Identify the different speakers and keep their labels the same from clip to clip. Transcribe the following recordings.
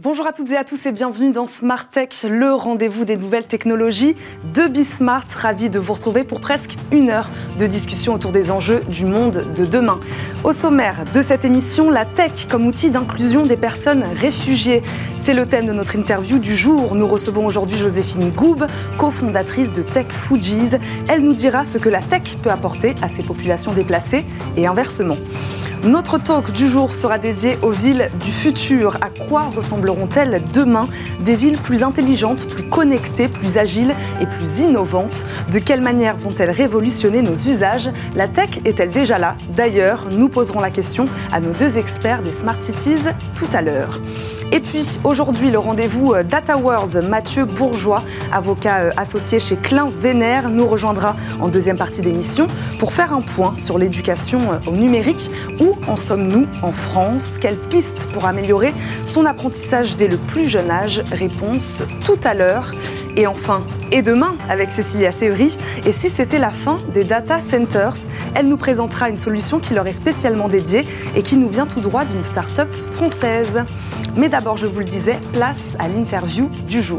Speaker 1: Bonjour à toutes et à tous et bienvenue dans Smart Tech, le rendez-vous des nouvelles technologies de Bismart. Ravi de vous retrouver pour presque une heure de discussion autour des enjeux du monde de demain. Au sommaire de cette émission, la tech comme outil d'inclusion des personnes réfugiées. C'est le thème de notre interview du jour. Nous recevons aujourd'hui Joséphine Goub, cofondatrice de Tech Fujis. Elle nous dira ce que la tech peut apporter à ces populations déplacées et inversement. Notre talk du jour sera dédié aux villes du futur. À quoi ressembleront-elles demain ? Des villes plus intelligentes, plus connectées, plus agiles et plus innovantes. De quelle manière vont-elles révolutionner nos usages ? La tech est-elle déjà là ? D'ailleurs, nous poserons la question à nos deux experts des Smart Cities tout à l'heure. Et puis, aujourd'hui, le rendez-vous Data World. Mathieu Bourgeois, avocat associé chez Klein Vénère, nous rejoindra en deuxième partie d'émission pour faire un point sur l'éducation au numérique. Où en sommes-nous en France ? Quelles pistes pour améliorer son apprentissage dès le plus jeune âge ? Réponse tout à l'heure. Et enfin, et demain, avec Cécilia Sévry. Et si c'était la fin des data centers ? Elle nous présentera une solution qui leur est spécialement dédiée et qui nous vient tout droit d'une start-up française. Mais d'abord, je vous le disais, place à l'interview du jour.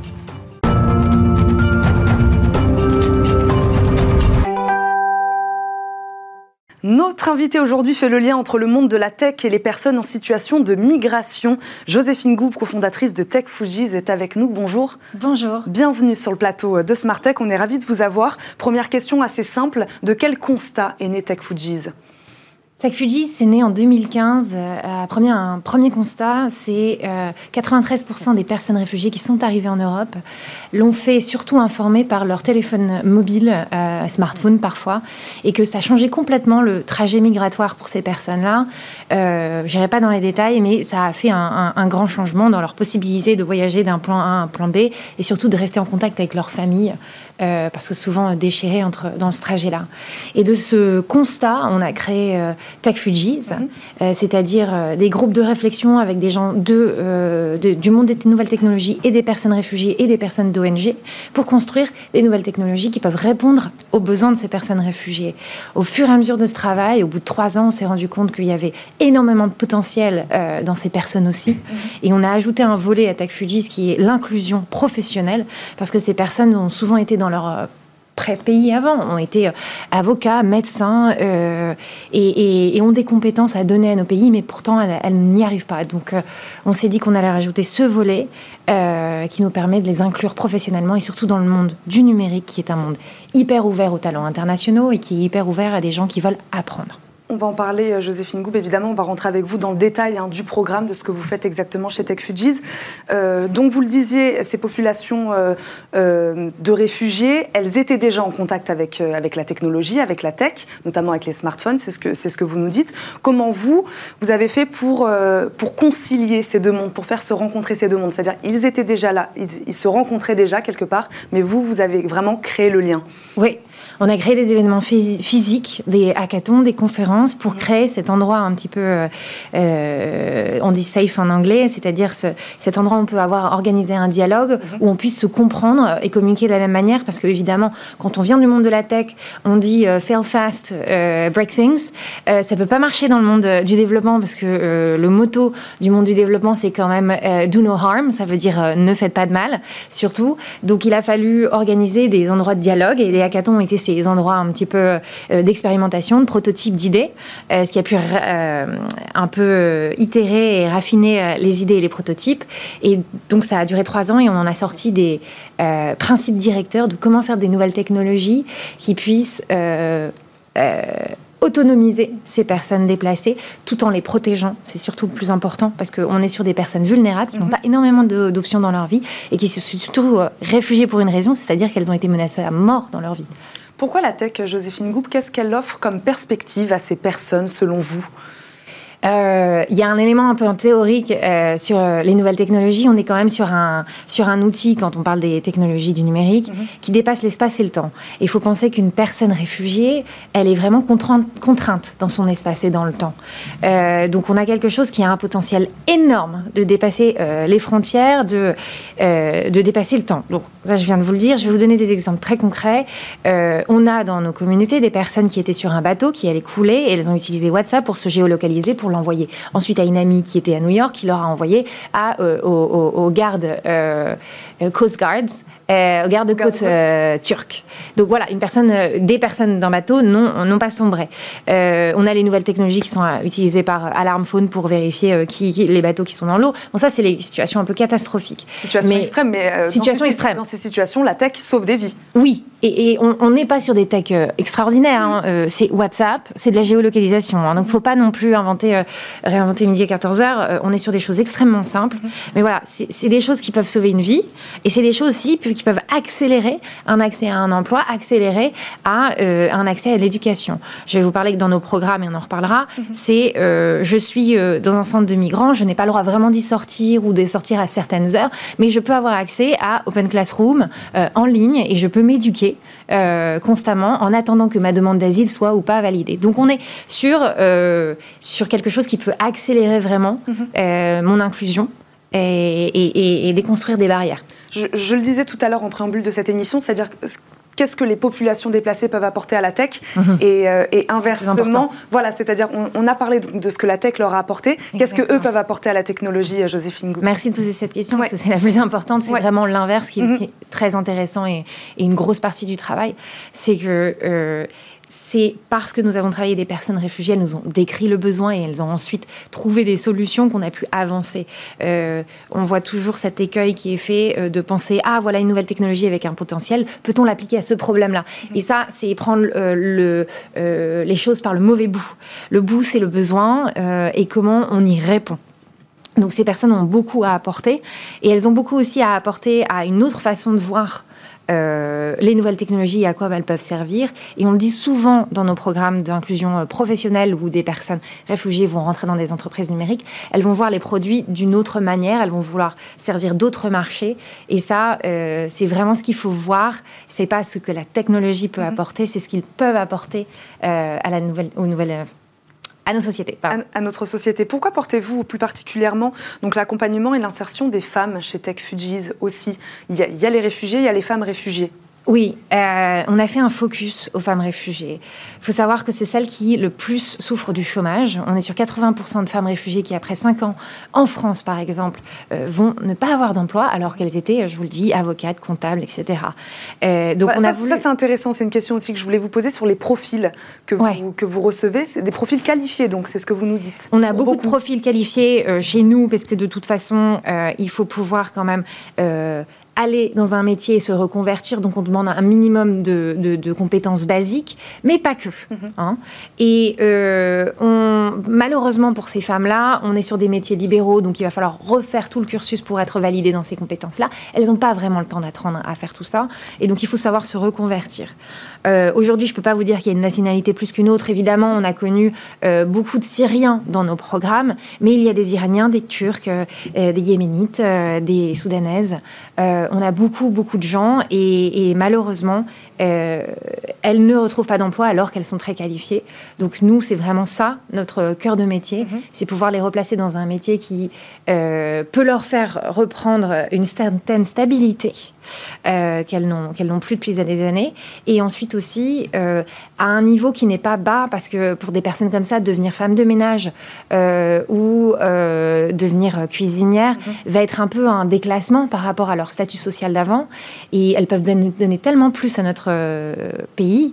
Speaker 1: Notre invitée aujourd'hui fait le lien entre le monde de la tech et les personnes en situation de migration. Joséphine Goub, cofondatrice de Tech Fujis, est avec nous. Bonjour.
Speaker 2: Bonjour.
Speaker 1: Bienvenue sur le plateau de Smart Tech. On est ravis de vous avoir. Première question assez simple. De quel constat est né Tech Fujis ?
Speaker 2: Tech Fujis, c'est né en 2015. Un premier constat, c'est 93% des personnes réfugiées qui sont arrivées en Europe l'ont fait surtout informées par leur téléphone mobile, smartphone parfois, et que ça a changé complètement le trajet migratoire pour ces personnes-là. Je n'irai pas dans les détails, mais ça a fait un grand changement dans leur possibilité de voyager d'un plan A à un plan B, et surtout de rester en contact avec leur famille, parce que souvent déchirées dans ce trajet-là. Et de ce constat, on a créé Tech Fujis, c'est-à-dire des groupes de réflexion avec des gens du monde des nouvelles technologies et des personnes réfugiées et des personnes d'ONG pour construire des nouvelles technologies qui peuvent répondre aux besoins de ces personnes réfugiées. Au fur et à mesure de ce travail, au bout de 3 ans, on s'est rendu compte qu'il y avait énormément de potentiel dans ces personnes aussi. Et on a ajouté un volet à Tech Fujis qui est l'inclusion professionnelle, parce que ces personnes ont souvent été dans leur pays avant, ont été avocats, médecins et ont des compétences à donner à nos pays, mais pourtant elles n'y arrivent pas. Donc on s'est dit qu'on allait rajouter ce volet qui nous permet de les inclure professionnellement et surtout dans le monde du numérique, qui est un monde hyper ouvert aux talents internationaux et qui est hyper ouvert à des gens qui veulent apprendre.
Speaker 1: On va en parler, Joséphine Goub. Évidemment, on va rentrer avec vous dans le détail du programme, de ce que vous faites exactement chez Tech Fujis. Donc, vous le disiez, ces populations de réfugiés, elles étaient déjà en contact avec la technologie, avec la tech, notamment avec les smartphones, c'est ce que vous nous dites. Comment vous avez fait pour concilier ces deux mondes, pour faire se rencontrer ces deux mondes ? C'est-à-dire, ils étaient déjà là, ils se rencontraient déjà quelque part, mais vous avez vraiment créé le lien.
Speaker 2: Oui. On a créé des événements physiques, des hackathons, des conférences pour créer cet endroit un petit peu, on dit safe en anglais, c'est-à-dire cet endroit où on peut organiser un dialogue, où on puisse se comprendre et communiquer de la même manière, parce que évidemment, quand on vient du monde de la tech, on dit fail fast, break things. Ça peut pas marcher dans le monde du développement, parce que le motto du monde du développement, c'est quand même do no harm, ça veut dire ne faites pas de mal, surtout. Donc il a fallu organiser des endroits de dialogue, et les hackathons ont été ces endroits un petit peu d'expérimentation, de prototypes d'idées, ce qui a pu un peu itérer et raffiner les idées et les prototypes. Et donc ça a duré 3 ans et on en a sorti des principes directeurs de comment faire des nouvelles technologies qui puissent autonomiser ces personnes déplacées tout en les protégeant. C'est surtout le plus important, parce qu'on est sur des personnes vulnérables qui n'ont pas énormément d'options dans leur vie et qui se sont surtout réfugiées pour une raison, c'est-à-dire qu'elles ont été menacées à mort dans leur vie.
Speaker 1: Pourquoi la tech, Joséphine Goub ? Qu'est-ce qu'elle offre comme perspective à ces personnes, selon vous ?
Speaker 2: Il y a un élément un peu théorique sur les nouvelles technologies. On est quand même sur un outil, quand on parle des technologies du numérique, qui dépasse l'espace et le temps. Et il faut penser qu'une personne réfugiée, elle est vraiment contrainte dans son espace et dans le temps. Donc on a quelque chose qui a un potentiel énorme de dépasser les frontières, de dépasser le temps. Donc Ça, je viens de vous le dire. Je vais vous donner des exemples très concrets. On a dans nos communautés des personnes qui étaient sur un bateau qui allait couler et elles ont utilisé WhatsApp pour se géolocaliser, pour l'envoyer. Ensuite, à une amie qui était à New York, qui leur a envoyé aux gardes Coast Guards, aux gardes-côtes turcs. Donc voilà, des personnes d'un bateau n'ont pas sombré. On a les nouvelles technologies qui sont utilisées par Alarm Phone pour vérifier les bateaux qui sont dans l'eau. Bon, ça, c'est les situations un peu catastrophiques.
Speaker 1: Situation extrême, mais dans ces situations, la tech sauve des vies.
Speaker 2: Oui, et on n'est pas sur des techs extraordinaires. Hein. C'est WhatsApp, c'est de la géolocalisation. Hein. Donc, il ne faut pas non plus réinventer midi à 14h. On est sur des choses extrêmement simples. Mais voilà, c'est des choses qui peuvent sauver une vie. Et c'est des choses aussi qui peuvent accélérer un accès à un emploi, accélérer un accès à l'éducation. Je vais vous parler que dans nos programmes, et on en reparlera, c'est je suis dans un centre de migrants, je n'ai pas le droit vraiment d'y sortir ou de sortir à certaines heures, mais je peux avoir accès à Open Classroom en ligne et je peux m'éduquer constamment en attendant que ma demande d'asile soit ou pas validée. Donc on est sur quelque chose qui peut accélérer vraiment mon inclusion et déconstruire des barrières.
Speaker 1: Je le disais tout à l'heure en préambule de cette émission, c'est-à-dire qu'est-ce que les populations déplacées peuvent apporter à la tech et inversement, voilà, c'est-à-dire on a parlé de ce que la tech leur a apporté. Exactement. Qu'est-ce que eux peuvent apporter à la technologie, Joséphine Goup?
Speaker 2: Merci de poser cette question, parce que c'est la plus importante. C'est vraiment l'inverse qui est aussi très intéressant et une grosse partie du travail. C'est que c'est parce que nous avons travaillé des personnes réfugiées, elles nous ont décrit le besoin et elles ont ensuite trouvé des solutions qu'on a pu avancer. On voit toujours cet écueil qui est fait de penser « Ah, voilà une nouvelle technologie avec un potentiel, peut-on l'appliquer à ce problème-là » Et ça, c'est prendre les choses par le mauvais bout. Le bout, c'est le besoin et comment on y répond. Donc ces personnes ont beaucoup à apporter et elles ont beaucoup aussi à apporter à une autre façon de voir les nouvelles technologies et à quoi elles peuvent servir. Et on le dit souvent dans nos programmes d'inclusion professionnelle où des personnes réfugiées vont rentrer dans des entreprises numériques, elles vont voir les produits d'une autre manière, elles vont vouloir servir d'autres marchés. Et ça, c'est vraiment ce qu'il faut voir. C'est pas ce que la technologie peut apporter, c'est ce qu'ils peuvent apporter à nos sociétés.
Speaker 1: À notre société. Pourquoi portez-vous plus particulièrement donc l'accompagnement et l'insertion des femmes chez TechFugees aussi? Il y a les réfugiés, il y a les femmes réfugiées.
Speaker 2: Oui, on a fait un focus aux femmes réfugiées. Il faut savoir que c'est celles qui le plus souffrent du chômage. On est sur 80% de femmes réfugiées qui, après 5 ans, en France par exemple, vont ne pas avoir d'emploi alors qu'elles étaient, je vous le dis, avocates, comptables, etc.
Speaker 1: Donc ça c'est intéressant, c'est une question aussi que je voulais vous poser sur les profils que vous recevez. C'est des profils qualifiés, donc c'est ce que vous nous dites.
Speaker 2: On a beaucoup de profils qualifiés chez nous parce que de toute façon, il faut pouvoir quand même aller dans un métier et se reconvertir, donc on demande un minimum de compétences basiques, mais pas que. Hein. Et malheureusement pour ces femmes-là, on est sur des métiers libéraux, donc il va falloir refaire tout le cursus pour être validé dans ces compétences-là. Elles n'ont pas vraiment le temps d'apprendre à faire tout ça, et donc il faut savoir se reconvertir. Aujourd'hui, je ne peux pas vous dire qu'il y a une nationalité plus qu'une autre. Évidemment, on a connu beaucoup de Syriens dans nos programmes, mais il y a des Iraniens, des Turcs, des Yéménites, des Soudanaises. On a beaucoup de gens et malheureusement, elles ne retrouvent pas d'emploi alors qu'elles sont très qualifiées. Donc nous, c'est vraiment ça, notre cœur de métier. C'est pouvoir les replacer dans un métier qui peut leur faire reprendre une certaine stabilité qu'elles n'ont plus depuis des années. Et ensuite aussi, à un niveau qui n'est pas bas, parce que pour des personnes comme ça, devenir femme de ménage ou devenir cuisinière va être un peu un déclassement par rapport à leur statut social d'avant. Et elles peuvent donner tellement plus à notre pays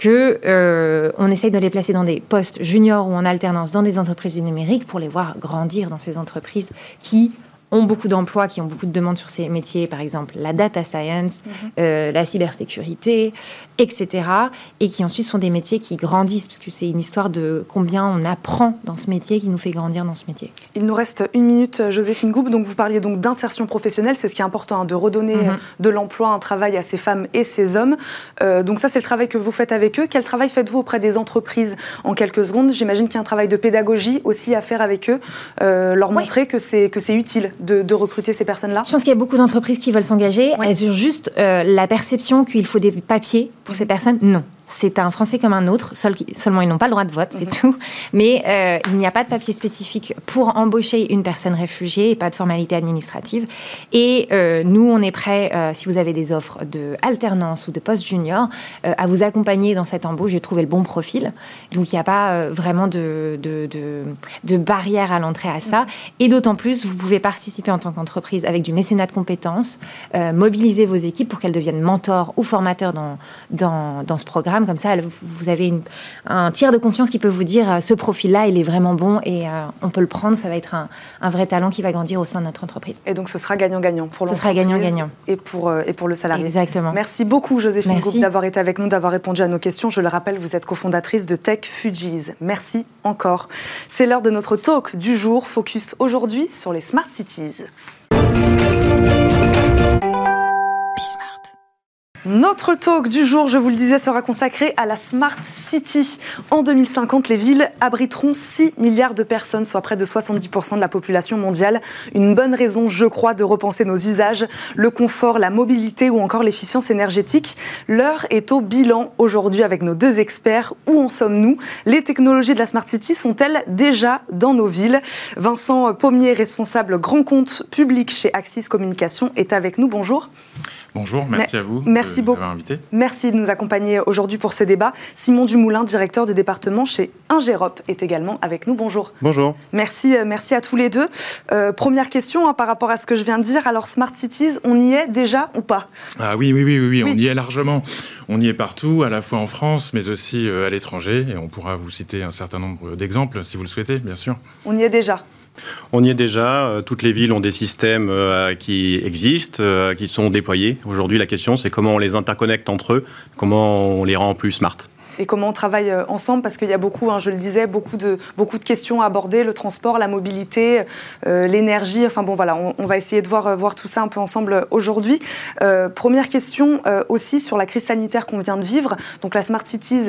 Speaker 2: qu'on essaye de les placer dans des postes juniors ou en alternance dans des entreprises du numérique pour les voir grandir dans ces entreprises qui ont beaucoup d'emplois, qui ont beaucoup de demandes sur ces métiers, par exemple la data science, la cybersécurité, etc. Et qui ensuite sont des métiers qui grandissent, parce que c'est une histoire de combien on apprend dans ce métier qui nous fait grandir dans ce métier.
Speaker 1: Il nous reste 1 minute, Joséphine Goup. Donc vous parliez donc d'insertion professionnelle, c'est ce qui est important, hein, de redonner de l'emploi, un travail à ces femmes et ces hommes. Donc ça, c'est le travail que vous faites avec eux. Quel travail faites-vous auprès des entreprises en quelques secondes? J'imagine qu'il y a un travail de pédagogie aussi à faire avec eux, leur montrer que c'est utile de recruter ces personnes-là.
Speaker 2: Je pense qu'il y a beaucoup d'entreprises qui veulent s'engager. Elles ont juste la perception qu'il faut des papiers pour ces personnes. Non. C'est un Français comme un autre, seulement ils n'ont pas le droit de vote, c'est tout. Mais il n'y a pas de papier spécifique pour embaucher une personne réfugiée et pas de formalité administrative. Et nous, on est prêts, si vous avez des offres de alternance ou de poste junior, à vous accompagner dans cette embauche et trouver le bon profil. Donc, il n'y a pas vraiment de barrière à l'entrée à ça. Et d'autant plus, vous pouvez participer en tant qu'entreprise avec du mécénat de compétences, mobiliser vos équipes pour qu'elles deviennent mentors ou formateurs dans ce programme. Comme ça, vous avez un tiers de confiance qui peut vous dire ce profil-là, il est vraiment bon et on peut le prendre. Ça va être un vrai talent qui va grandir au sein de notre entreprise.
Speaker 1: Et donc, ce sera gagnant-gagnant pour l'entreprise.
Speaker 2: Ce sera gagnant-gagnant.
Speaker 1: Et pour le salarié.
Speaker 2: Exactement.
Speaker 1: Merci beaucoup, Joséphine Goup, d'avoir été avec nous, d'avoir répondu à nos questions. Je le rappelle, vous êtes cofondatrice de Tech Fujis. Merci encore. C'est l'heure de notre talk du jour. Focus aujourd'hui sur les Smart Cities. Notre talk du jour, je vous le disais, sera consacré à la Smart City. En 2050, les villes abriteront 6 milliards de personnes, soit près de 70% de la population mondiale. Une bonne raison, je crois, de repenser nos usages, le confort, la mobilité ou encore l'efficience énergétique. L'heure est au bilan aujourd'hui avec nos deux experts. Où en sommes-nous ? Les technologies de la Smart City sont-elles déjà dans nos villes ? Vincent Pommier, responsable grand compte public chez Axis Communication, est avec nous. Bonjour.
Speaker 3: Bonjour, merci à vous de m'avoir invité.
Speaker 1: Merci de nous accompagner aujourd'hui pour ce débat. Simon Dumoulin, directeur de département chez Ingérop, est également avec nous. Bonjour.
Speaker 4: Bonjour.
Speaker 1: Merci à tous les deux. Première question par rapport à ce que je viens de dire. Alors, Smart Cities, on y est déjà ou pas ?
Speaker 3: Ah oui, on y est largement. On y est partout, à la fois en France, mais aussi à l'étranger. Et on pourra vous citer un certain nombre d'exemples, si vous le souhaitez, bien sûr.
Speaker 1: On y est déjà ?
Speaker 4: On y est déjà. Toutes les villes ont des systèmes qui existent, qui sont déployés. Aujourd'hui, la question, c'est comment on les interconnecte entre eux, comment on les rend plus smart.
Speaker 1: Et comment on travaille ensemble, parce qu'il y a beaucoup, je le disais, beaucoup de questions à aborder, le transport, la mobilité, l'énergie. Enfin bon, voilà, on va essayer de voir tout ça un peu ensemble aujourd'hui. Première question aussi sur la crise sanitaire qu'on vient de vivre. Donc la Smart Cities,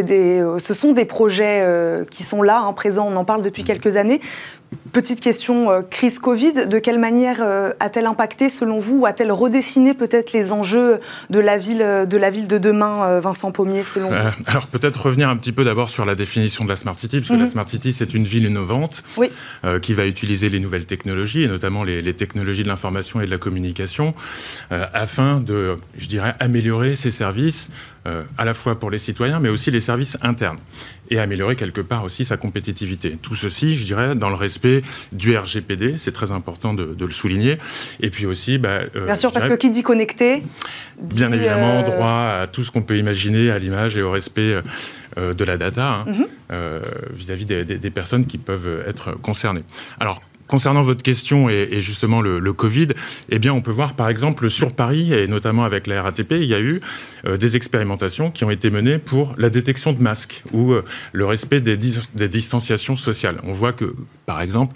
Speaker 1: ce sont des projets qui sont là, présents, on en parle depuis quelques années. Petite question, crise Covid, de quelle manière a-t-elle impacté selon vous, ou a-t-elle redessiné peut-être les enjeux de la ville de demain, Vincent Pommier, selon vous ?
Speaker 3: Alors peut-être revenir un petit peu d'abord sur la définition de la Smart City, parce que la Smart City, c'est une ville innovante qui va utiliser les nouvelles technologies, et notamment les technologies de l'information et de la communication, afin de, je dirais, améliorer ses services, à la fois pour les citoyens, mais aussi les services internes, et améliorer quelque part aussi sa compétitivité. Tout ceci, je dirais, dans le respect du RGPD, c'est très important de le souligner, et puis aussi...
Speaker 1: bien sûr, parce que qui dit connecté dit,
Speaker 3: bien évidemment, droit à tout ce qu'on peut imaginer, à l'image et au respect de la data, vis-à-vis des personnes qui peuvent être concernées. Alors, concernant votre question et justement le Covid, eh bien, on peut voir par exemple sur Paris, et notamment avec la RATP, il y a eu des expérimentations qui ont été menées pour la détection de masques ou le respect des distanciations sociales. On voit que, par exemple,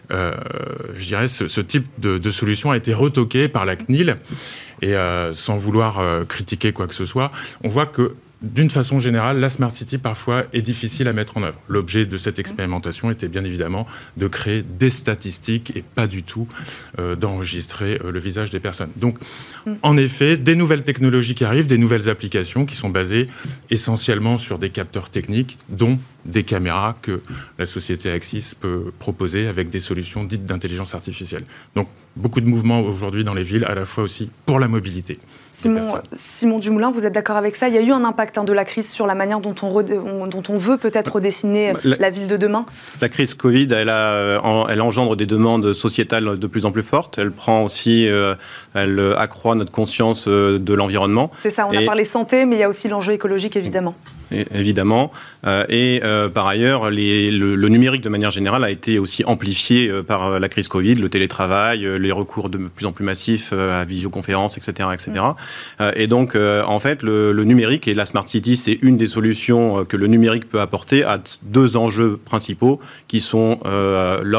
Speaker 3: je dirais, ce type de solution a été retoqué par la CNIL, et sans vouloir critiquer quoi que ce soit, on voit que d'une façon générale, la Smart City, parfois, est difficile à mettre en œuvre. L'objet de cette expérimentation était bien évidemment de créer des statistiques et pas du tout d'enregistrer le visage des personnes. Donc, en effet, des nouvelles technologies qui arrivent, des nouvelles applications qui sont basées essentiellement sur des capteurs techniques, dont des caméras que la société Axis peut proposer avec des solutions dites d'intelligence artificielle. Donc, beaucoup de mouvements aujourd'hui dans les villes, à la fois aussi pour la mobilité.
Speaker 1: Simon Dumoulin, vous êtes d'accord avec ça ? Il y a eu un impact de la crise sur la manière dont on veut peut-être redessiner la ville de demain ?
Speaker 4: La crise Covid, elle engendre des demandes sociétales de plus en plus fortes. Elle prend aussi, elle accroît notre conscience de l'environnement.
Speaker 1: C'est ça, on a parlé santé, mais il y a aussi l'enjeu écologique, évidemment.
Speaker 4: Évidemment. Par ailleurs, le numérique, de manière générale, a été aussi amplifié par la crise Covid, le télétravail, les recours de plus en plus massifs à visioconférence, etc. Et donc, en fait, le numérique et la Smart City, c'est une des solutions que le numérique peut apporter à deux enjeux principaux qui sont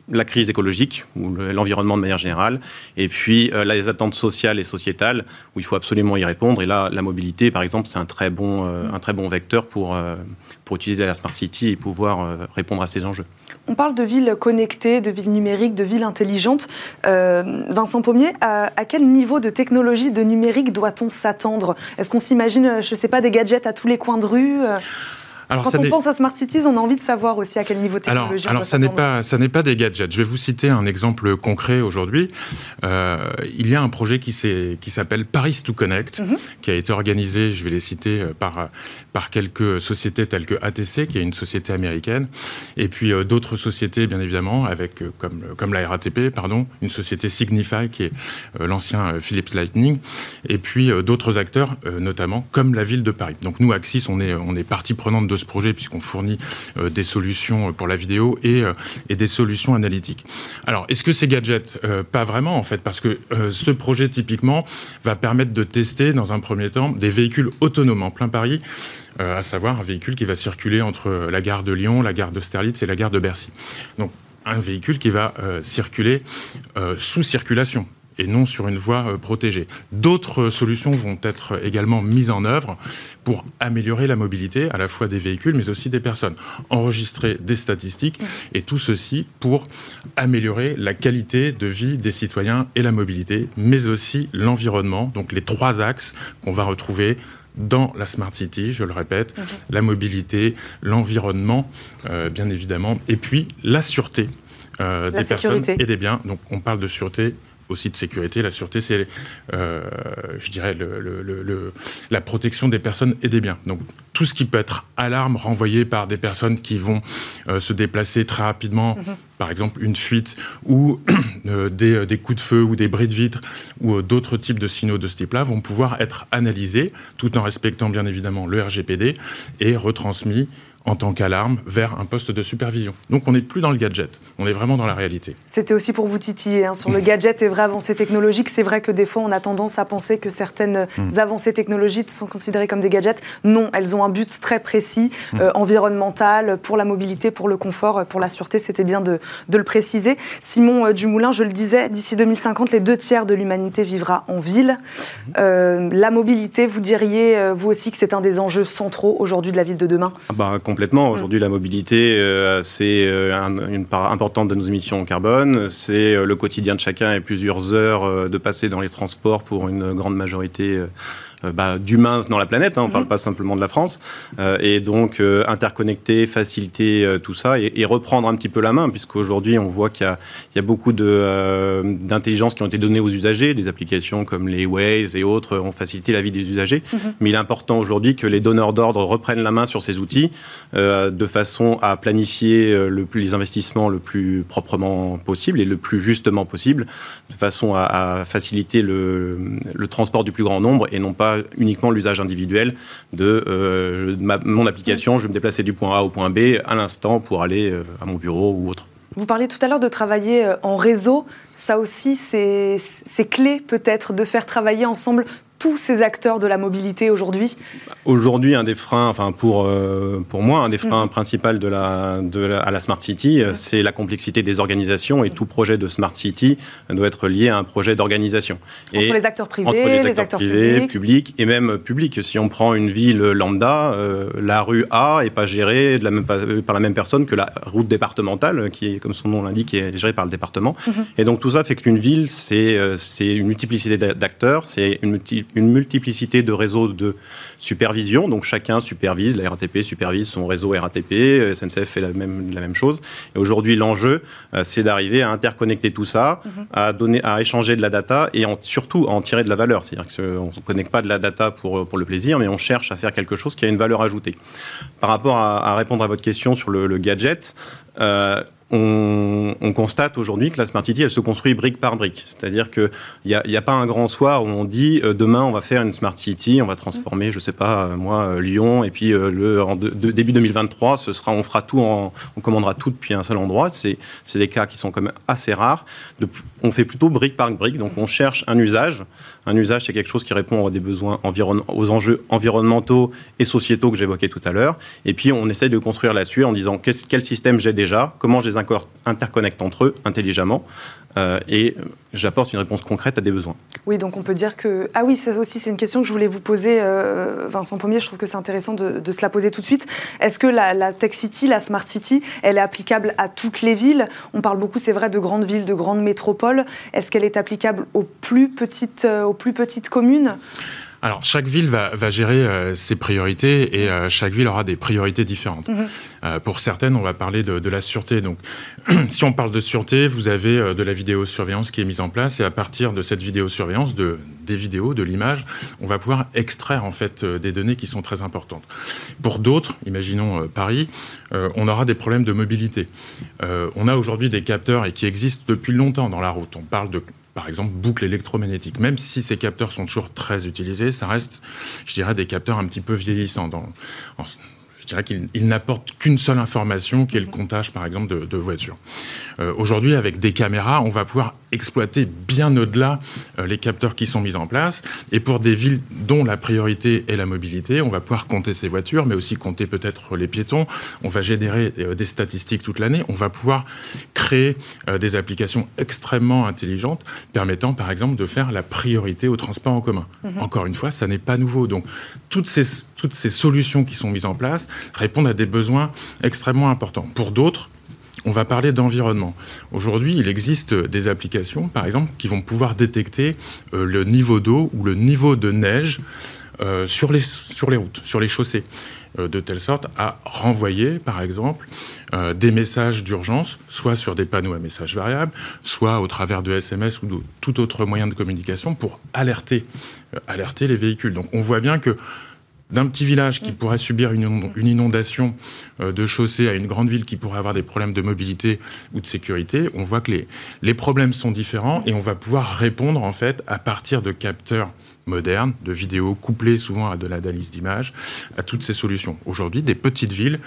Speaker 4: la crise écologique ou l'environnement de manière générale, et puis les attentes sociales et sociétales où il faut absolument y répondre. Et là, la mobilité, par exemple, c'est un très bon vecteur pour utiliser la Smart City et pouvoir répondre à ces enjeux.
Speaker 1: On parle de villes connectées, de villes numériques, de villes intelligentes. Vincent Pommier, à quel niveau de technologie, de numérique doit-on s'attendre ? Est-ce qu'on s'imagine, je ne sais pas, des gadgets à tous les coins de rue ? Alors, quand on pense à Smart Cities, on a envie de savoir aussi à quel niveau technologique on doit s'attendre.
Speaker 3: Ça n'est pas des gadgets. Je vais vous citer un exemple concret aujourd'hui. Il y a un projet qui s'appelle Paris to Connect, qui a été organisé, je vais les citer, par quelques sociétés telles que ATC, qui est une société américaine, et puis d'autres sociétés, bien évidemment, avec comme la RATP, une société Signify, qui est l'ancien Philips Lightning, et puis d'autres acteurs, notamment comme la ville de Paris. Donc nous, Axis, on est partie prenante de ce projet puisqu'on fournit des solutions pour la vidéo et des solutions analytiques. Alors, est-ce que c'est gadget ? Pas vraiment, en fait, parce que ce projet, typiquement, va permettre de tester, dans un premier temps, des véhicules autonomes en plein Paris, à savoir un véhicule qui va circuler entre la gare de Lyon, la gare d'Austerlitz et la gare de Bercy. Donc, un véhicule qui va circuler sous circulation et non sur une voie protégée. D'autres solutions vont être également mises en œuvre pour améliorer la mobilité, à la fois des véhicules, mais aussi des personnes. Enregistrer des statistiques, et tout ceci pour améliorer la qualité de vie des citoyens et la mobilité, mais aussi l'environnement, donc les 3 axes qu'on va retrouver dans la Smart City, je le répète, la mobilité, l'environnement, bien évidemment, et puis la sûreté des personnes et des biens. Donc on parle de sûreté, aussi de sécurité. La sûreté, c'est, je dirais, la protection des personnes et des biens. Donc, tout ce qui peut être alarme renvoyée par des personnes qui vont se déplacer très rapidement, par exemple une fuite ou des coups de feu ou des bris de vitre ou d'autres types de signaux de ce type-là vont pouvoir être analysés tout en respectant bien évidemment le RGPD et retransmis en tant qu'alarme vers un poste de supervision. Donc on n'est plus dans le gadget, on est vraiment dans la réalité.
Speaker 1: C'était aussi pour vous titiller sur le gadget et vraies avancées technologiques. C'est vrai que des fois on a tendance à penser que certaines avancées technologiques sont considérées comme des gadgets. Non, elles ont un but très précis, environnemental, pour la mobilité, pour le confort, pour la sûreté. C'était bien de le préciser. Simon Dumoulin, je le disais, d'ici 2050, les 2/3 de l'humanité vivra en ville. La mobilité, vous diriez vous aussi que c'est un des enjeux centraux aujourd'hui de la ville de demain ?
Speaker 4: Complètement. Aujourd'hui, la mobilité, c'est une part importante de nos émissions en carbone. C'est le quotidien de chacun et plusieurs heures de passer dans les transports pour une grande majorité d'humains dans la planète, on ne parle pas simplement de la France, et donc interconnecter, faciliter tout ça et reprendre un petit peu la main, puisqu'aujourd'hui on voit qu'il y a beaucoup d'intelligence qui ont été données aux usagers, des applications comme les Waze et autres ont facilité la vie des usagers, mais il est important aujourd'hui que les donneurs d'ordre reprennent la main sur ces outils de façon à planifier les investissements le plus proprement possible et le plus justement possible, de façon à faciliter le transport du plus grand nombre et non pas uniquement l'usage individuel de mon application. Je vais me déplacer du point A au point B à l'instant pour aller à mon bureau ou autre.
Speaker 1: Vous parliez tout à l'heure de travailler en réseau. Ça aussi, c'est clé peut-être de faire travailler ensemble tous ces acteurs de la mobilité aujourd'hui ?
Speaker 4: Aujourd'hui, un des freins, pour moi, un des freins principaux à la Smart City, c'est la complexité des organisations et tout projet de Smart City doit être lié à un projet d'organisation.
Speaker 1: Entre les acteurs privés, les acteurs
Speaker 4: publics et même publics. Si on prend une ville lambda, la rue A n'est pas gérée par la même personne que la route départementale, qui est, comme son nom l'indique, qui est gérée par le département. Et donc tout ça fait qu'une ville, c'est une multiplicité d'acteurs, c'est une multiplicité de réseaux de supervision, donc chacun supervise, la RATP supervise son réseau RATP, SNCF fait la même chose. Et aujourd'hui, l'enjeu, c'est d'arriver à interconnecter tout ça, à échanger de la data et surtout à en tirer de la valeur. C'est-à-dire qu'on ne connecte pas de la data pour le plaisir, mais on cherche à faire quelque chose qui a une valeur ajoutée. Par rapport à répondre à votre question sur le gadget, on constate aujourd'hui que la Smart City, elle se construit brique par brique. C'est-à-dire qu'il n'y a pas un grand soir où on dit demain, on va faire une Smart City, on va transformer, je ne sais pas, Lyon, et puis début 2023, on fera tout, on commandera tout depuis un seul endroit. C'est des cas qui sont quand même assez rares. On fait plutôt brique par brique, donc on cherche un usage. Un usage, c'est quelque chose qui répond à des besoins aux enjeux environnementaux et sociétaux que j'évoquais tout à l'heure. Et puis, on essaie de construire là-dessus en disant quel système j'ai déjà, comment je les interconnectent entre eux intelligemment et j'apporte une réponse concrète à des besoins.
Speaker 1: Oui, donc on peut dire que... Ah oui, ça aussi, c'est une question que je voulais vous poser, Vincent Pommier. Je trouve que c'est intéressant de se la poser tout de suite. Est-ce que la Tech City, la Smart City, elle est applicable à toutes les villes? On parle beaucoup, c'est vrai, de grandes villes, de grandes métropoles. Est-ce qu'elle est applicable aux plus petites communes?
Speaker 3: Alors, chaque ville va gérer ses priorités et chaque ville aura des priorités différentes. Pour certaines, on va parler de la sûreté. Donc, si on parle de sûreté, vous avez de la vidéosurveillance qui est mise en place et à partir de cette vidéosurveillance, des vidéos, de l'image, on va pouvoir extraire en fait des données qui sont très importantes. Pour d'autres, imaginons Paris, on aura des problèmes de mobilité. On a aujourd'hui des capteurs et qui existent depuis longtemps dans la route. On parle de par exemple, boucles électromagnétiques. Même si ces capteurs sont toujours très utilisés, ça reste, je dirais, des capteurs un petit peu vieillissants. Je dirais qu'ils n'apportent qu'une seule information, qui est le comptage, par exemple, de voitures. Aujourd'hui, avec des caméras, on va pouvoir exploiter bien au-delà les capteurs qui sont mis en place. Et pour des villes dont la priorité est la mobilité, on va pouvoir compter ces voitures, mais aussi compter peut-être les piétons. On va générer des statistiques toute l'année. On va pouvoir créer des applications extrêmement intelligentes, permettant, par exemple, de faire la priorité au transport en commun. Encore une fois, ça n'est pas nouveau. Donc, toutes ces solutions qui sont mises en place répondent à des besoins extrêmement importants. Pour d'autres, on va parler d'environnement. Aujourd'hui, il existe des applications, par exemple, qui vont pouvoir détecter le niveau d'eau ou le niveau de neige sur les routes, sur les chaussées, de telle sorte à renvoyer, par exemple, des messages d'urgence, soit sur des panneaux à messages variables, soit au travers de SMS ou de tout autre moyen de communication pour alerter les véhicules. Donc on voit bien que d'un petit village qui pourrait subir une inondation de chaussée à une grande ville qui pourrait avoir des problèmes de mobilité ou de sécurité, on voit que les problèmes sont différents et on va pouvoir répondre en fait à partir de capteurs modernes, de vidéos couplées souvent à de l'analyse d'images, à toutes ces solutions. Aujourd'hui, des petites villes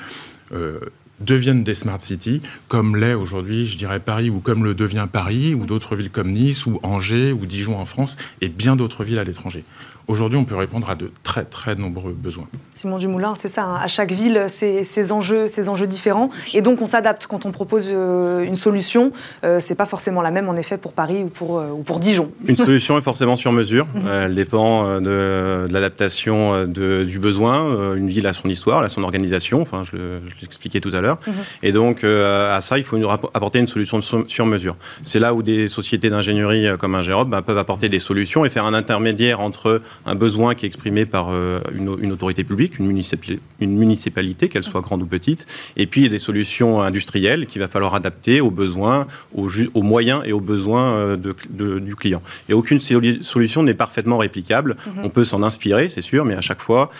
Speaker 3: deviennent des smart cities, comme l'est aujourd'hui, je dirais, Paris, ou comme le devient Paris, ou d'autres villes comme Nice, ou Angers, ou Dijon en France, et bien d'autres villes à l'étranger. Aujourd'hui, on peut répondre à de très, très nombreux besoins.
Speaker 1: Simon Dumoulin, c'est ça, hein. À chaque ville, ces enjeux différents. Et donc, on s'adapte quand on propose une solution. C'est pas forcément la même, en effet, pour Paris ou pour Dijon.
Speaker 4: Une solution est forcément sur mesure. Elle dépend de l'adaptation du besoin. Une ville a son histoire, elle a son organisation. Enfin, je l'expliquais tout à l'heure. Et donc, à ça, il faut apporter une solution sur mesure. C'est là où des sociétés d'ingénierie comme Ingerop peuvent apporter des solutions et faire un intermédiaire entre un besoin qui est exprimé par une autorité publique, une municipalité, qu'elle soit grande ou petite, et puis il y a des solutions industrielles qu'il va falloir adapter aux besoins, aux moyens et aux besoins du client. Et aucune solution n'est parfaitement réplicable. On peut s'en inspirer, c'est sûr, mais à chaque fois,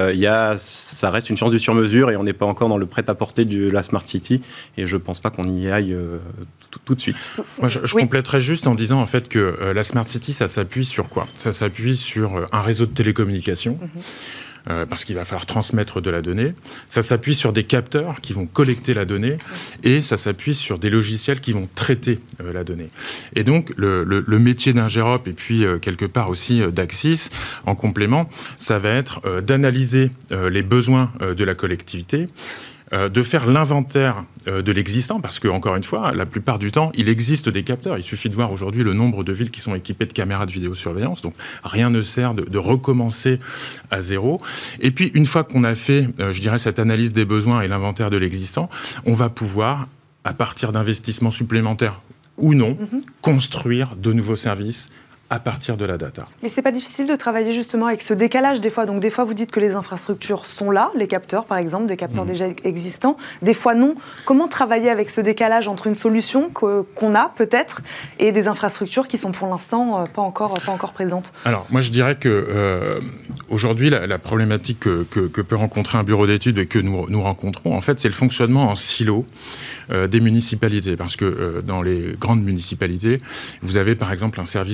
Speaker 4: ça reste une science du sur-mesure et on n'est pas encore dans le prêt-à-porter de la Smart City, et je ne pense pas qu'on y aille tout de suite.
Speaker 3: Moi, je compléterais juste en disant en fait que la Smart City, ça s'appuie sur quoi ? Ça s'appuie sur un réseau de télécommunications, parce qu'il va falloir transmettre de la donnée. Ça s'appuie sur des capteurs qui vont collecter la donnée, et ça s'appuie sur des logiciels qui vont traiter la donnée. Et donc, le métier d'Ingerop, et puis quelque part aussi d'Axis, en complément, ça va être d'analyser les besoins de la collectivité, de faire l'inventaire de l'existant, parce que, encore une fois, la plupart du temps, il existe des capteurs. Il suffit de voir aujourd'hui le nombre de villes qui sont équipées de caméras de vidéosurveillance. Donc, rien ne sert de recommencer à zéro. Et puis, une fois qu'on a fait, je dirais, cette analyse des besoins et l'inventaire de l'existant, on va pouvoir, à partir d'investissements supplémentaires ou non, construire de nouveaux services à partir de la data.
Speaker 1: Mais c'est pas difficile de travailler justement avec ce décalage des fois. Donc des fois vous dites que les infrastructures sont là, les capteurs par exemple, des capteurs déjà existants, des fois non. Comment travailler avec ce décalage entre une solution qu'on a peut-être et des infrastructures qui sont pour l'instant pas encore présentes? Alors
Speaker 3: moi je dirais que aujourd'hui la problématique que peut rencontrer un bureau d'études et que nous rencontrons en fait, c'est le fonctionnement en silo des municipalités, parce que dans les grandes municipalités, vous avez par exemple un service de transport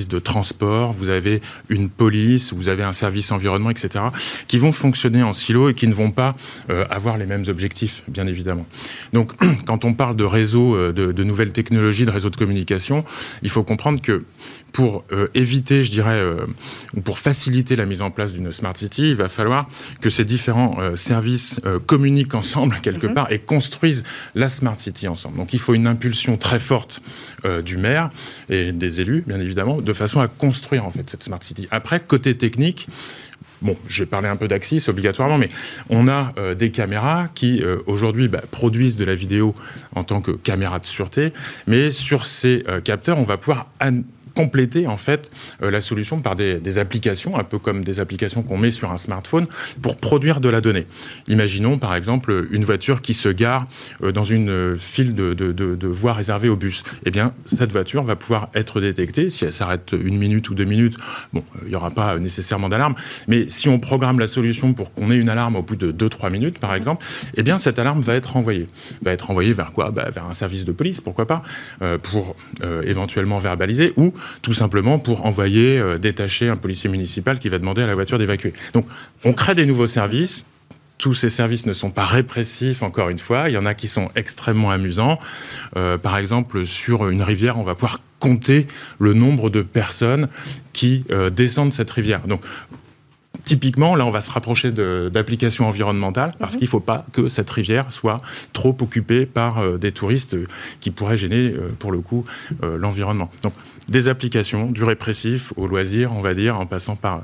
Speaker 3: transport, vous avez une police, vous avez un service environnement, etc., qui vont fonctionner en silo et qui ne vont pas avoir les mêmes objectifs, bien évidemment. Donc, quand on parle de réseaux, de nouvelles technologies, de réseaux de communication, il faut comprendre que pour éviter, je dirais, ou pour faciliter la mise en place d'une Smart City, il va falloir que ces différents services communiquent ensemble quelque part et construisent la Smart City ensemble. Donc il faut une impulsion très forte du maire et des élus, bien évidemment, de façon à construire en fait cette Smart City. Après, côté technique, bon, je vais parler un peu d'Axis obligatoirement, mais on a des caméras qui aujourd'hui produisent de la vidéo en tant que caméra de sûreté, mais sur ces capteurs, on va pouvoir compléter en fait la solution par des applications, un peu comme des applications qu'on met sur un smartphone pour produire de la donnée. Imaginons par exemple une voiture qui se gare dans une file de voies réservées aux bus. Eh bien, cette voiture va pouvoir être détectée. Si elle s'arrête 1 minute ou 2 minutes, bon, il n'y aura pas nécessairement d'alarme. Mais si on programme la solution pour qu'on ait une alarme au bout de 2-3 minutes, par exemple, eh bien, cette alarme va être envoyée. Va être envoyée vers quoi ? Vers un service de police, pourquoi pas, pour éventuellement verbaliser ou tout simplement pour envoyer, détacher un policier municipal qui va demander à la voiture d'évacuer. Donc, on crée des nouveaux services. Tous ces services ne sont pas répressifs, encore une fois. Il y en a qui sont extrêmement amusants. Par exemple, sur une rivière, on va pouvoir compter le nombre de personnes qui descendent cette rivière. Donc, typiquement, là, on va se rapprocher d'applications environnementales parce qu'il ne faut pas que cette rivière soit trop occupée par des touristes qui pourraient gêner, pour le coup, l'environnement. Donc, des applications, du répressif au loisir, on va dire, en passant par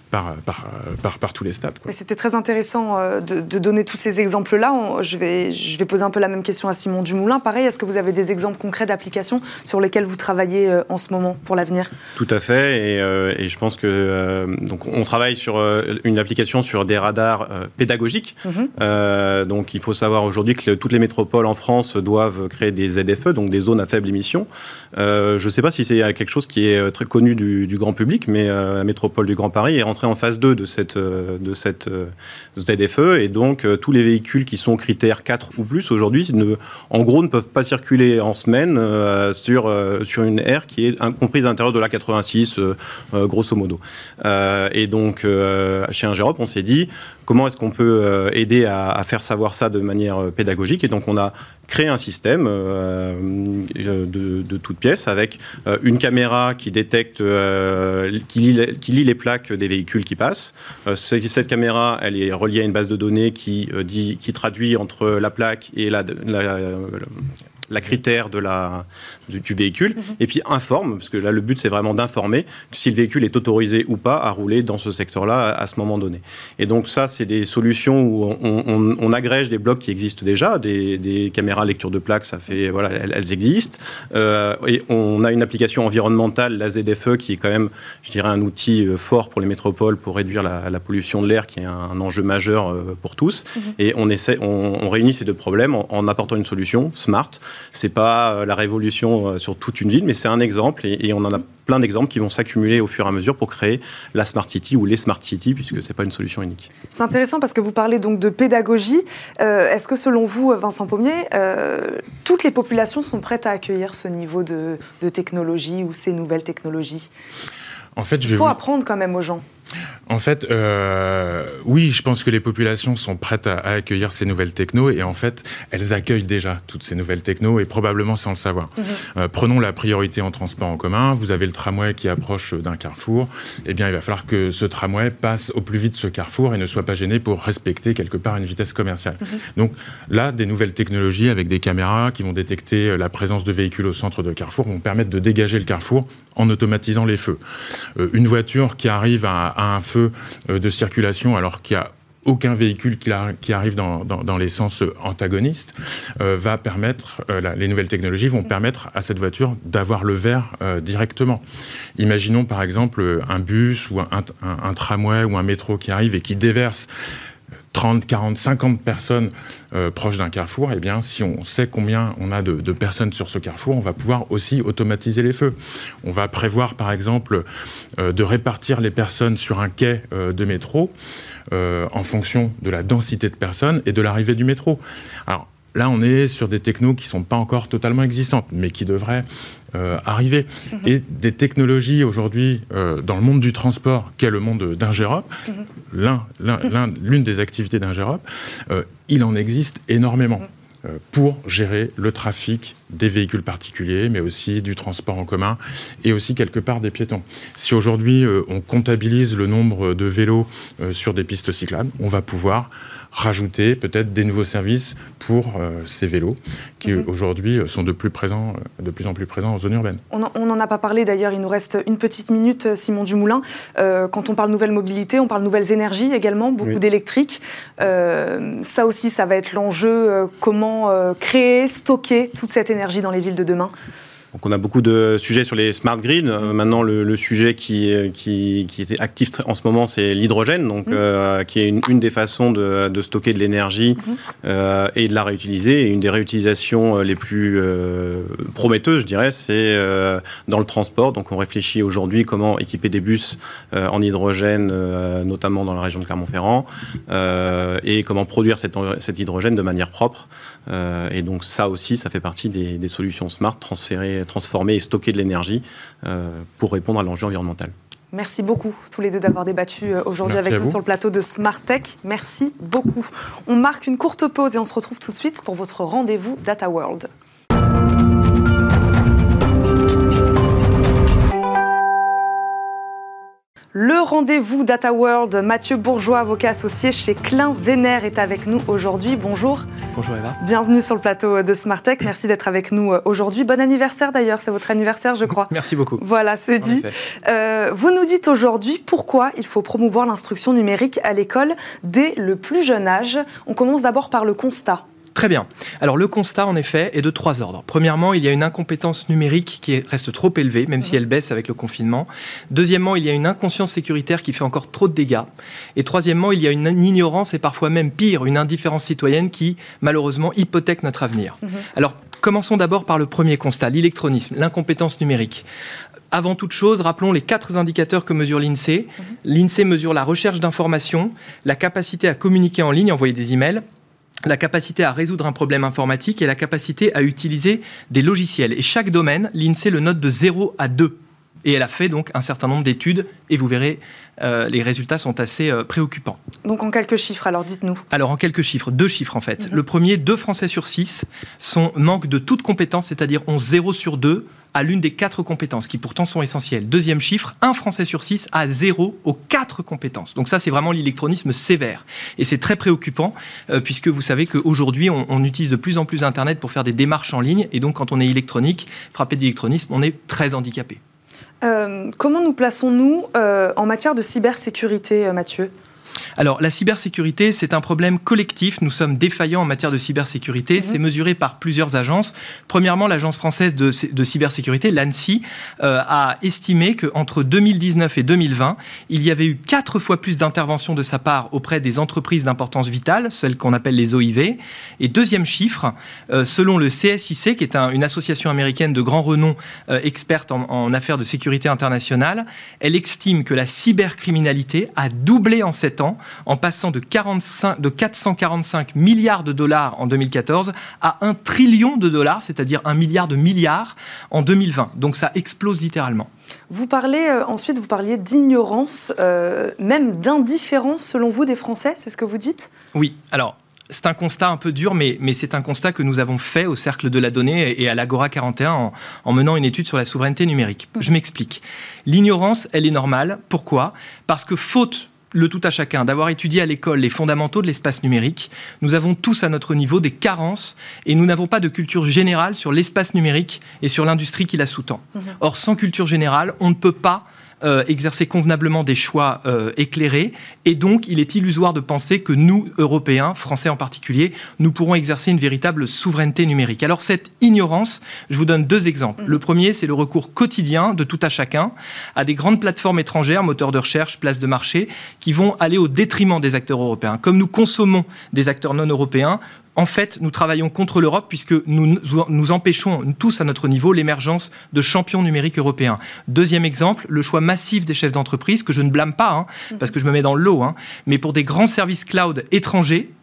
Speaker 3: tous les stades, quoi.
Speaker 1: Mais c'était très intéressant de donner tous ces exemples-là. Je vais poser un peu la même question à Simon Dumoulin. Pareil, est-ce que vous avez des exemples concrets d'applications sur lesquelles vous travaillez en ce moment pour l'avenir ?
Speaker 4: Tout à fait, et je pense que donc on travaille sur une application sur des radars pédagogiques. Donc il faut savoir aujourd'hui que toutes les métropoles en France doivent créer des ZFE, donc des zones à faible émission. Je ne sais pas si c'est quelque chose qui est très connu du grand public, mais la métropole du Grand Paris est rentrée en phase 2 de cette ZFE, et donc tous les véhicules qui sont critères 4 ou plus aujourd'hui, en gros, ne peuvent pas circuler en semaine sur une aire qui est comprise à l'intérieur de la 86, grosso modo. Et donc, chez Ingerop, on s'est dit, comment est-ce qu'on peut aider à faire savoir ça de manière pédagogique ? Et donc, on a créé un système de toutes pièces avec une caméra qui détecte, qui lit les plaques des véhicules qui passent. Cette caméra, elle est reliée à une base de données qui traduit entre la plaque et la critère du véhicule, et puis informe, parce que là le but c'est vraiment d'informer si le véhicule est autorisé ou pas à rouler dans ce secteur-là à ce moment donné. Et donc ça, c'est des solutions où on agrège des blocs qui existent déjà, des caméras lecture de plaques, ça fait, voilà, elles existent, et on a une application environnementale, la ZFE, qui est quand même, je dirais, un outil fort pour les métropoles pour réduire la pollution de l'air, qui est un enjeu majeur pour tous, et on réunit ces deux problèmes en apportant une solution smart. C'est pas la révolution sur toute une ville, mais c'est un exemple, et on en a plein d'exemples qui vont s'accumuler au fur et à mesure pour créer la Smart City ou les Smart City, puisque c'est pas une solution unique.
Speaker 1: C'est intéressant parce que vous parlez donc de pédagogie. Est-ce que selon vous, Vincent Pommier, toutes les populations sont prêtes à accueillir ce niveau de technologie ou ces nouvelles technologies ?
Speaker 3: En fait,
Speaker 1: il faut apprendre quand même aux gens.
Speaker 3: En fait, oui, je pense que les populations sont prêtes à accueillir ces nouvelles technos, et en fait, elles accueillent déjà toutes ces nouvelles technos, et probablement sans le savoir. Prenons la priorité en transport en commun. Vous avez le tramway qui approche d'un carrefour. Eh bien, il va falloir que ce tramway passe au plus vite ce carrefour et ne soit pas gêné pour respecter quelque part une vitesse commerciale. Donc là, des nouvelles technologies avec des caméras qui vont détecter la présence de véhicules au centre de carrefour vont permettre de dégager le carrefour en automatisant les feux. Une voiture qui arrive à un feu de circulation alors qu'il n'y a aucun véhicule qui arrive dans les sens antagonistes va permettre, les nouvelles technologies vont permettre à cette voiture d'avoir le vert directement. Imaginons par exemple un bus ou un tramway ou un métro qui arrive et qui déverse 30, 40, 50 personnes proches d'un carrefour, eh bien, si on sait combien on a de personnes sur ce carrefour, on va pouvoir aussi automatiser les feux. On va prévoir, par exemple, de répartir les personnes sur un quai de métro en fonction de la densité de personnes et de l'arrivée du métro. Alors, là, on est sur des technos qui ne sont pas encore totalement existantes, mais qui devraient arriver. Et des technologies aujourd'hui dans le monde du transport, qui est le monde d'Ingerop, l'une des activités d'Ingerop, il en existe énormément pour gérer le trafic des véhicules particuliers, mais aussi du transport en commun et aussi quelque part des piétons. Si aujourd'hui on comptabilise le nombre de vélos sur des pistes cyclables, on va pouvoir rajouter peut-être des nouveaux services pour ces vélos qui aujourd'hui sont de plus en plus présents en zone urbaine.
Speaker 1: On n'en a pas parlé d'ailleurs, il nous reste une petite minute, Simon Dumoulin. Quand on parle nouvelle mobilité, on parle nouvelles énergies également, beaucoup d'électrique. Ça aussi, ça va être l'enjeu, comment créer, stocker toute cette énergie dans les villes de demain.
Speaker 4: Donc on a beaucoup de sujets sur les smart grids. Maintenant, le sujet qui était actif en ce moment, c'est l'hydrogène, donc qui est une des façons de stocker de l'énergie et de la réutiliser. Et une des réutilisations les plus prometteuses, je dirais, c'est dans le transport. Donc on réfléchit aujourd'hui comment équiper des bus en hydrogène, notamment dans la région de Clermont-Ferrand, et comment produire cet hydrogène de manière propre. Et donc ça aussi, ça fait partie des solutions smart, transformer et stocker de l'énergie pour répondre à l'enjeu environnemental.
Speaker 1: Merci beaucoup tous les deux d'avoir débattu aujourd'hui avec nous sur le plateau de Smart Tech. Merci beaucoup. On marque une courte pause et on se retrouve tout de suite pour votre rendez-vous Data World. Le rendez-vous Data World, Mathieu Bourgeois, avocat associé chez Klein Vénère, est avec nous aujourd'hui. Bonjour.
Speaker 5: Bonjour Eva.
Speaker 1: Bienvenue sur le plateau de Smart Tech. Merci d'être avec nous aujourd'hui. Bon anniversaire d'ailleurs, c'est votre anniversaire je crois.
Speaker 5: Merci beaucoup.
Speaker 1: Voilà, c'est dit. Vous nous dites aujourd'hui pourquoi il faut promouvoir l'instruction numérique à l'école dès le plus jeune âge. On commence d'abord par le constat.
Speaker 5: Très bien. Alors le constat, en effet, est de 3 ordres. Premièrement, il y a une incompétence numérique qui reste trop élevée, même si elle baisse avec le confinement. Deuxièmement, il y a une inconscience sécuritaire qui fait encore trop de dégâts. Et troisièmement, il y a une ignorance et parfois même pire, une indifférence citoyenne qui, malheureusement, hypothèque notre avenir. Alors, commençons d'abord par le premier constat, l'électronisme, l'incompétence numérique. Avant toute chose, rappelons les 4 indicateurs que mesure l'INSEE. L'INSEE mesure la recherche d'informations, la capacité à communiquer en ligne, envoyer des emails, la capacité à résoudre un problème informatique et la capacité à utiliser des logiciels. Et chaque domaine, l'INSEE le note de 0 à 2. Et elle a fait donc un certain nombre d'études et vous verrez, les résultats sont assez préoccupants.
Speaker 1: Donc en quelques chiffres, alors dites-nous.
Speaker 5: Alors en quelques chiffres, 2 chiffres en fait. Le premier, 2 Français sur 6 manquent de toute compétence, c'est-à-dire ont 0 sur 2 à l'une des 4 compétences, qui pourtant sont essentielles. Deuxième chiffre, 1 Français sur 6 a 0 aux 4 compétences. Donc ça, c'est vraiment l'électronisme sévère. Et c'est très préoccupant, puisque vous savez qu'aujourd'hui, on utilise de plus en plus Internet pour faire des démarches en ligne. Et donc, quand on est électronique, frappé d'électronisme, on est très handicapé.
Speaker 1: Comment nous plaçons-nous en matière de cybersécurité, Mathieu ?
Speaker 5: Alors, la cybersécurité, c'est un problème collectif. Nous sommes défaillants en matière de cybersécurité. C'est mesuré par plusieurs agences. Premièrement, l'Agence française de cybersécurité, l'ANSSI, a estimé qu'entre 2019 et 2020, il y avait eu 4 fois plus d'interventions de sa part auprès des entreprises d'importance vitale, celles qu'on appelle les OIV. Et deuxième chiffre, selon le CSIC, qui est une association américaine de grand renom experte en affaires de sécurité internationale, elle estime que la cybercriminalité a doublé en 7 ans, en passant de 445 milliards de dollars en 2014 à 1 trillion de dollars, c'est-à-dire 1 milliard de milliards en 2020. Donc ça explose littéralement.
Speaker 1: Vous parliez d'ignorance, même d'indifférence selon vous des Français, c'est ce que vous dites ?
Speaker 5: Oui, alors c'est un constat un peu dur, mais c'est un constat que nous avons fait au Cercle de la Donnée et à l'Agora 41 en menant une étude sur la souveraineté numérique. Je m'explique. L'ignorance, elle est normale. Pourquoi ? Parce que faute le tout à chacun, d'avoir étudié à l'école les fondamentaux de l'espace numérique, nous avons tous à notre niveau des carences et nous n'avons pas de culture générale sur l'espace numérique et sur l'industrie qui la sous-tend. Or, sans culture générale, on ne peut pas exercer convenablement des choix éclairés et donc il est illusoire de penser que nous, Européens, Français en particulier, nous pourrons exercer une véritable souveraineté numérique. Alors cette ignorance, je vous donne 2 exemples. Le premier, c'est le recours quotidien de tout à chacun à des grandes plateformes étrangères, moteurs de recherche, places de marché, qui vont aller au détriment des acteurs européens. Comme nous consommons des acteurs non européens, en fait, nous travaillons contre l'Europe puisque nous empêchons tous à notre niveau l'émergence de champions numériques européens. Deuxième exemple, le choix massif des chefs d'entreprise, que je ne blâme pas, parce que je me mets dans le lot, mais pour des grands services cloud étrangers,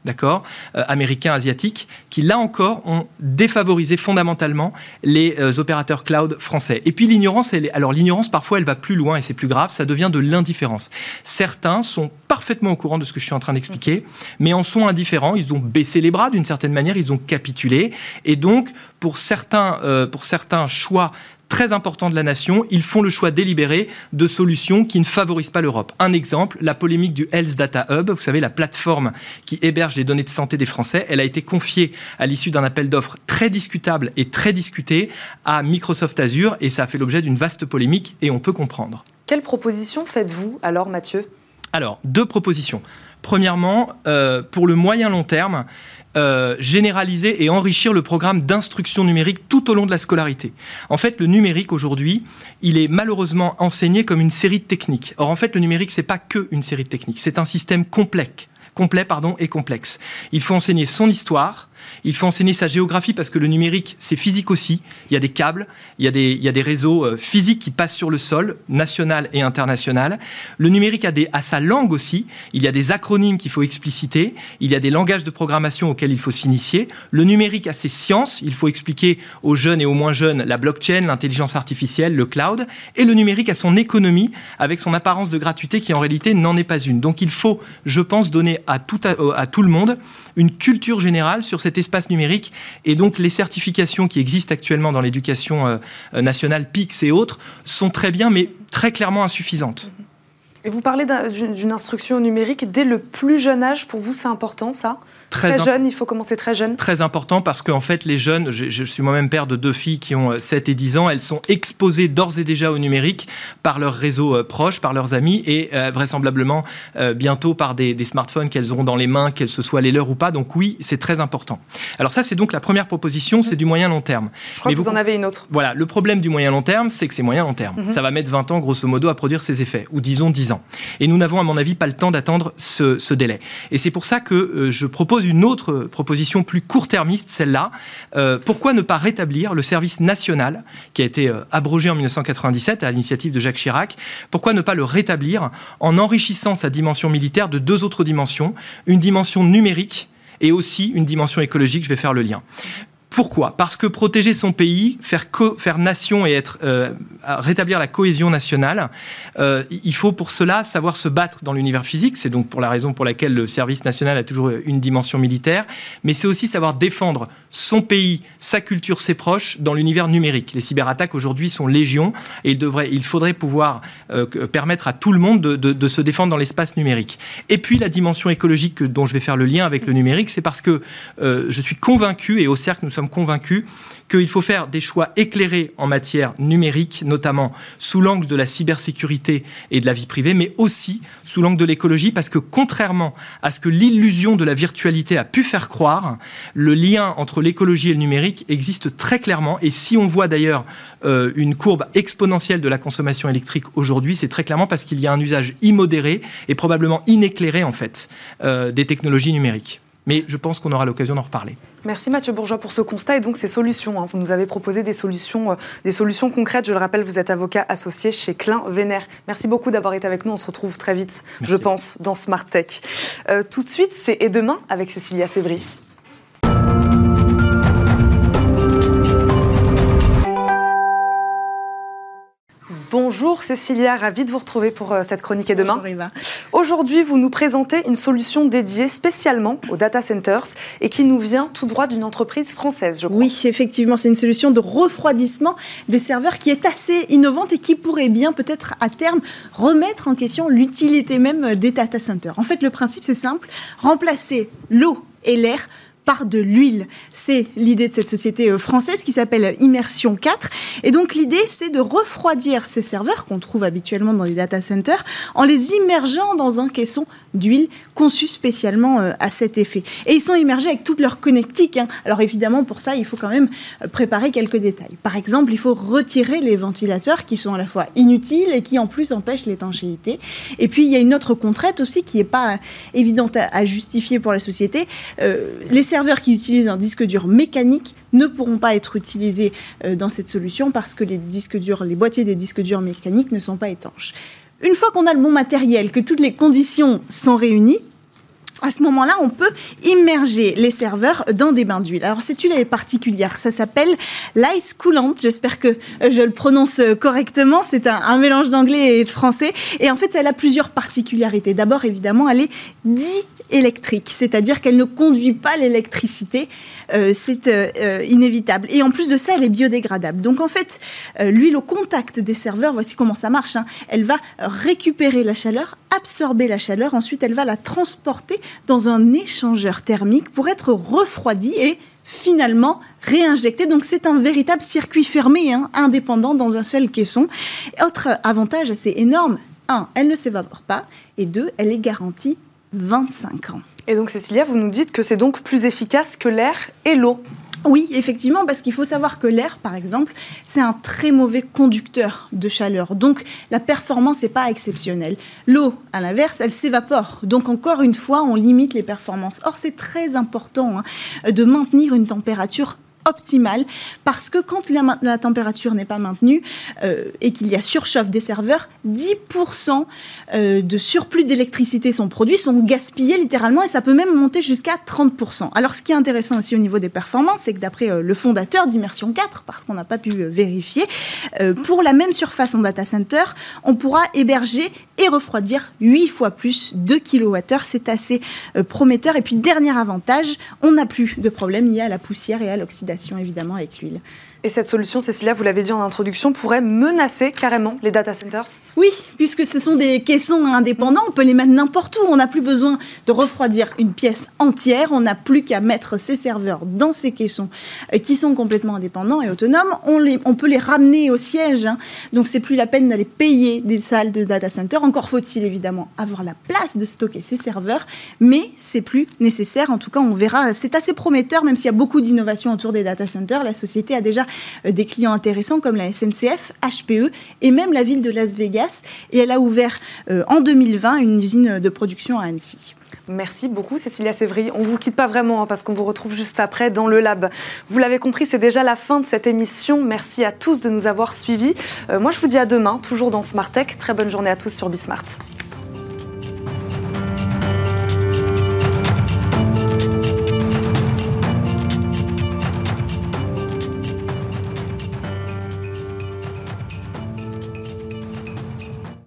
Speaker 5: d'accord, américains, asiatiques, qui là encore ont défavorisé fondamentalement les opérateurs cloud français. Et puis l'ignorance, l'ignorance parfois elle va plus loin et c'est plus grave, ça devient de l'indifférence. Certains sont parfaitement au courant de ce que je suis en train d'expliquer, mais en sont indifférents, ils ont baissé les bras d'une certaine manière, ils ont capitulé, et donc pour certains choix très importants de la nation, ils font le choix délibéré de solutions qui ne favorisent pas l'Europe. Un exemple, la polémique du Health Data Hub, vous savez, la plateforme qui héberge les données de santé des Français, elle a été confiée à l'issue d'un appel d'offres très discutable et très discuté à Microsoft Azure, et ça a fait l'objet d'une vaste polémique, et on peut comprendre.
Speaker 1: Quelle proposition faites-vous alors, Mathieu ?
Speaker 5: Alors, 2 propositions. Premièrement, pour le moyen long terme, généraliser et enrichir le programme d'instruction numérique tout au long de la scolarité. En fait, le numérique aujourd'hui, il est malheureusement enseigné comme une série de techniques. Or, en fait, le numérique, c'est pas que une série de techniques, c'est un système complet et complexe. Il faut enseigner son histoire, il faut enseigner sa géographie parce que le numérique, c'est physique aussi. Il y a des câbles, il y a des réseaux physiques qui passent sur le sol, national et international. Le numérique a sa langue aussi. Il y a des acronymes qu'il faut expliciter. Il y a des langages de programmation auxquels il faut s'initier. Le numérique a ses sciences. Il faut expliquer aux jeunes et aux moins jeunes la blockchain, l'intelligence artificielle, le cloud. Et le numérique a son économie avec son apparence de gratuité qui en réalité n'en est pas une. Donc il faut, je pense, donner à tout le monde une culture générale sur cet espace numérique, et donc les certifications qui existent actuellement dans l'éducation nationale, PICS et autres, sont très bien, mais très clairement insuffisantes.
Speaker 1: Et vous parlez d'une instruction numérique dès le plus jeune âge, pour vous c'est important ça ? Très jeune, il faut commencer très jeune.
Speaker 5: Très important parce qu'en fait les jeunes, je suis moi-même père de 2 filles qui ont 7 et 10 ans, elles sont exposées d'ores et déjà au numérique par leur réseau proche, par leurs amis et vraisemblablement bientôt par des smartphones qu'elles auront dans les mains, qu'elles ce soit les leurs ou pas. Donc oui, c'est très important. Alors ça c'est donc la première proposition, c'est du moyen long terme.
Speaker 1: Je crois que vous en avez une autre.
Speaker 5: Voilà, le problème du moyen long terme, c'est que c'est moyen long terme. Ça va mettre 20 ans grosso modo à produire ses effets, ou disons 10 ans. Et nous n'avons à mon avis pas le temps d'attendre ce délai. Et c'est pour ça que je propose une autre proposition plus court-termiste, celle-là. Pourquoi ne pas rétablir le service national qui a été abrogé en 1997 à l'initiative de Jacques Chirac? Pourquoi ne pas le rétablir en enrichissant sa dimension militaire de 2 autres dimensions, une dimension numérique et aussi une dimension écologique? Je vais faire le lien. Pourquoi ? Parce que protéger son pays, faire nation et rétablir la cohésion nationale, il faut pour cela savoir se battre dans l'univers physique. C'est donc pour la raison pour laquelle le service national a toujours une dimension militaire. Mais c'est aussi savoir défendre son pays, sa culture, ses proches dans l'univers numérique. Les cyberattaques aujourd'hui sont légion et il faudrait pouvoir permettre à tout le monde de se défendre dans l'espace numérique. Et puis la dimension écologique dont je vais faire le lien avec le numérique, c'est parce que je suis convaincu, et au cercle nous sommes convaincus, qu'il faut faire des choix éclairés en matière numérique, notamment sous l'angle de la cybersécurité et de la vie privée, mais aussi sous l'angle de l'écologie, parce que contrairement à ce que l'illusion de la virtualité a pu faire croire, le lien entre l'écologie et le numérique existe très clairement. Et si on voit d'ailleurs une courbe exponentielle de la consommation électrique aujourd'hui, c'est très clairement parce qu'il y a un usage immodéré et probablement inéclairé en fait des technologies numériques. Mais je pense qu'on aura l'occasion d'en reparler.
Speaker 1: Merci Mathieu Bourgeois pour ce constat et donc ces solutions. Vous nous avez proposé des solutions concrètes. Je le rappelle, vous êtes avocat associé chez Klein Vénère. Merci beaucoup d'avoir été avec nous. On se retrouve très vite, Merci. Je pense, dans Smart Tech. Tout de suite, c'est Et demain avec Cécilia Sévry. Bonjour Cécilia, ravie de vous retrouver pour cette chronique Et demain.
Speaker 6: Bonjour Eva.
Speaker 1: Aujourd'hui, vous nous présentez une solution dédiée spécialement aux data centers et qui nous vient tout droit d'une entreprise française, je crois.
Speaker 6: Oui, effectivement, c'est une solution de refroidissement des serveurs qui est assez innovante et qui pourrait bien peut-être à terme remettre en question l'utilité même des data centers. En fait, le principe c'est simple, remplacer l'eau et l'air par de l'huile. C'est l'idée de cette société française qui s'appelle Immersion 4. Et donc l'idée, c'est de refroidir ces serveurs qu'on trouve habituellement dans les data centers en les immergeant dans un caisson d'huile conçu spécialement à cet effet. Et ils sont immergés avec toute leur connectique. Alors évidemment, pour ça, il faut quand même préparer quelques détails. Par exemple, il faut retirer les ventilateurs qui sont à la fois inutiles et qui en plus empêchent l'étanchéité. Et puis, il y a une autre contrainte aussi qui n'est pas évidente à justifier pour la société. Les serveurs qui utilisent un disque dur mécanique ne pourront pas être utilisés dans cette solution parce que les boîtiers des disques durs mécaniques ne sont pas étanches. Une fois qu'on a le bon matériel, que toutes les conditions sont réunies, À ce moment-là, on peut immerger les serveurs dans des bains d'huile. Alors, cette huile elle est particulière. Ça s'appelle l'ice coolante. J'espère que je le prononce correctement. C'est un mélange d'anglais et de français. Et en fait, elle a plusieurs particularités. D'abord, évidemment, elle est diélectrique, c'est-à-dire qu'elle ne conduit pas l'électricité. C'est inévitable. Et en plus de ça, elle est biodégradable. Donc, en fait, l'huile au contact des serveurs, voici comment ça marche. Elle va récupérer la chaleur, absorber la chaleur. Ensuite, elle va la transporter dans un échangeur thermique pour être refroidie et finalement réinjectée. Donc c'est un véritable circuit fermé, indépendant dans un seul caisson. Autre avantage assez énorme, 1, elle ne s'évapore pas, et 2, elle est garantie 25 ans.
Speaker 1: Et donc Cécilia, vous nous dites que c'est donc plus efficace que l'air et l'eau.
Speaker 6: Oui, effectivement, parce qu'il faut savoir que l'air, par exemple, c'est un très mauvais conducteur de chaleur. Donc, la performance n'est pas exceptionnelle. L'eau, à l'inverse, elle s'évapore. Donc, encore une fois, on limite les performances. Or, c'est très important de maintenir une température optimale, parce que quand la température n'est pas maintenue et qu'il y a surchauffe des serveurs, 10% de surplus d'électricité sont produits, sont gaspillés littéralement, et ça peut même monter jusqu'à 30%. Alors ce qui est intéressant aussi au niveau des performances, c'est que d'après le fondateur d'Immersion 4, parce qu'on n'a pas pu vérifier, pour la même surface en data center, on pourra héberger et refroidir 8 fois plus de kWh. C'est assez prometteur. Et puis dernier avantage, on n'a plus de problème lié à la poussière et à l'oxydation, évidemment, avec l'huile.
Speaker 1: Et cette solution, Cécilia, vous l'avez dit en introduction, pourrait menacer carrément les data centers ?
Speaker 6: Oui, puisque ce sont des caissons indépendants, on peut les mettre n'importe où. On n'a plus besoin de refroidir une pièce entière. On n'a plus qu'à mettre ces serveurs dans ces caissons qui sont complètement indépendants et autonomes. On peut les ramener au siège. Donc, c'est plus la peine d'aller payer des salles de data center. Encore faut-il évidemment avoir la place de stocker ces serveurs, mais c'est plus nécessaire. En tout cas, on verra. C'est assez prometteur, même s'il y a beaucoup d'innovations autour des data centers. La société a déjà des clients intéressants comme la SNCF, HPE et même la ville de Las Vegas. Et elle a ouvert en 2020 une usine de production à Annecy.
Speaker 1: Merci beaucoup Cécilia Sévry. On ne vous quitte pas vraiment parce qu'on vous retrouve juste après dans le Lab. Vous l'avez compris, c'est déjà la fin de cette émission. Merci à tous de nous avoir suivis. Moi, je vous dis à demain, toujours dans Smart Tech. Très bonne journée à tous sur Bismart.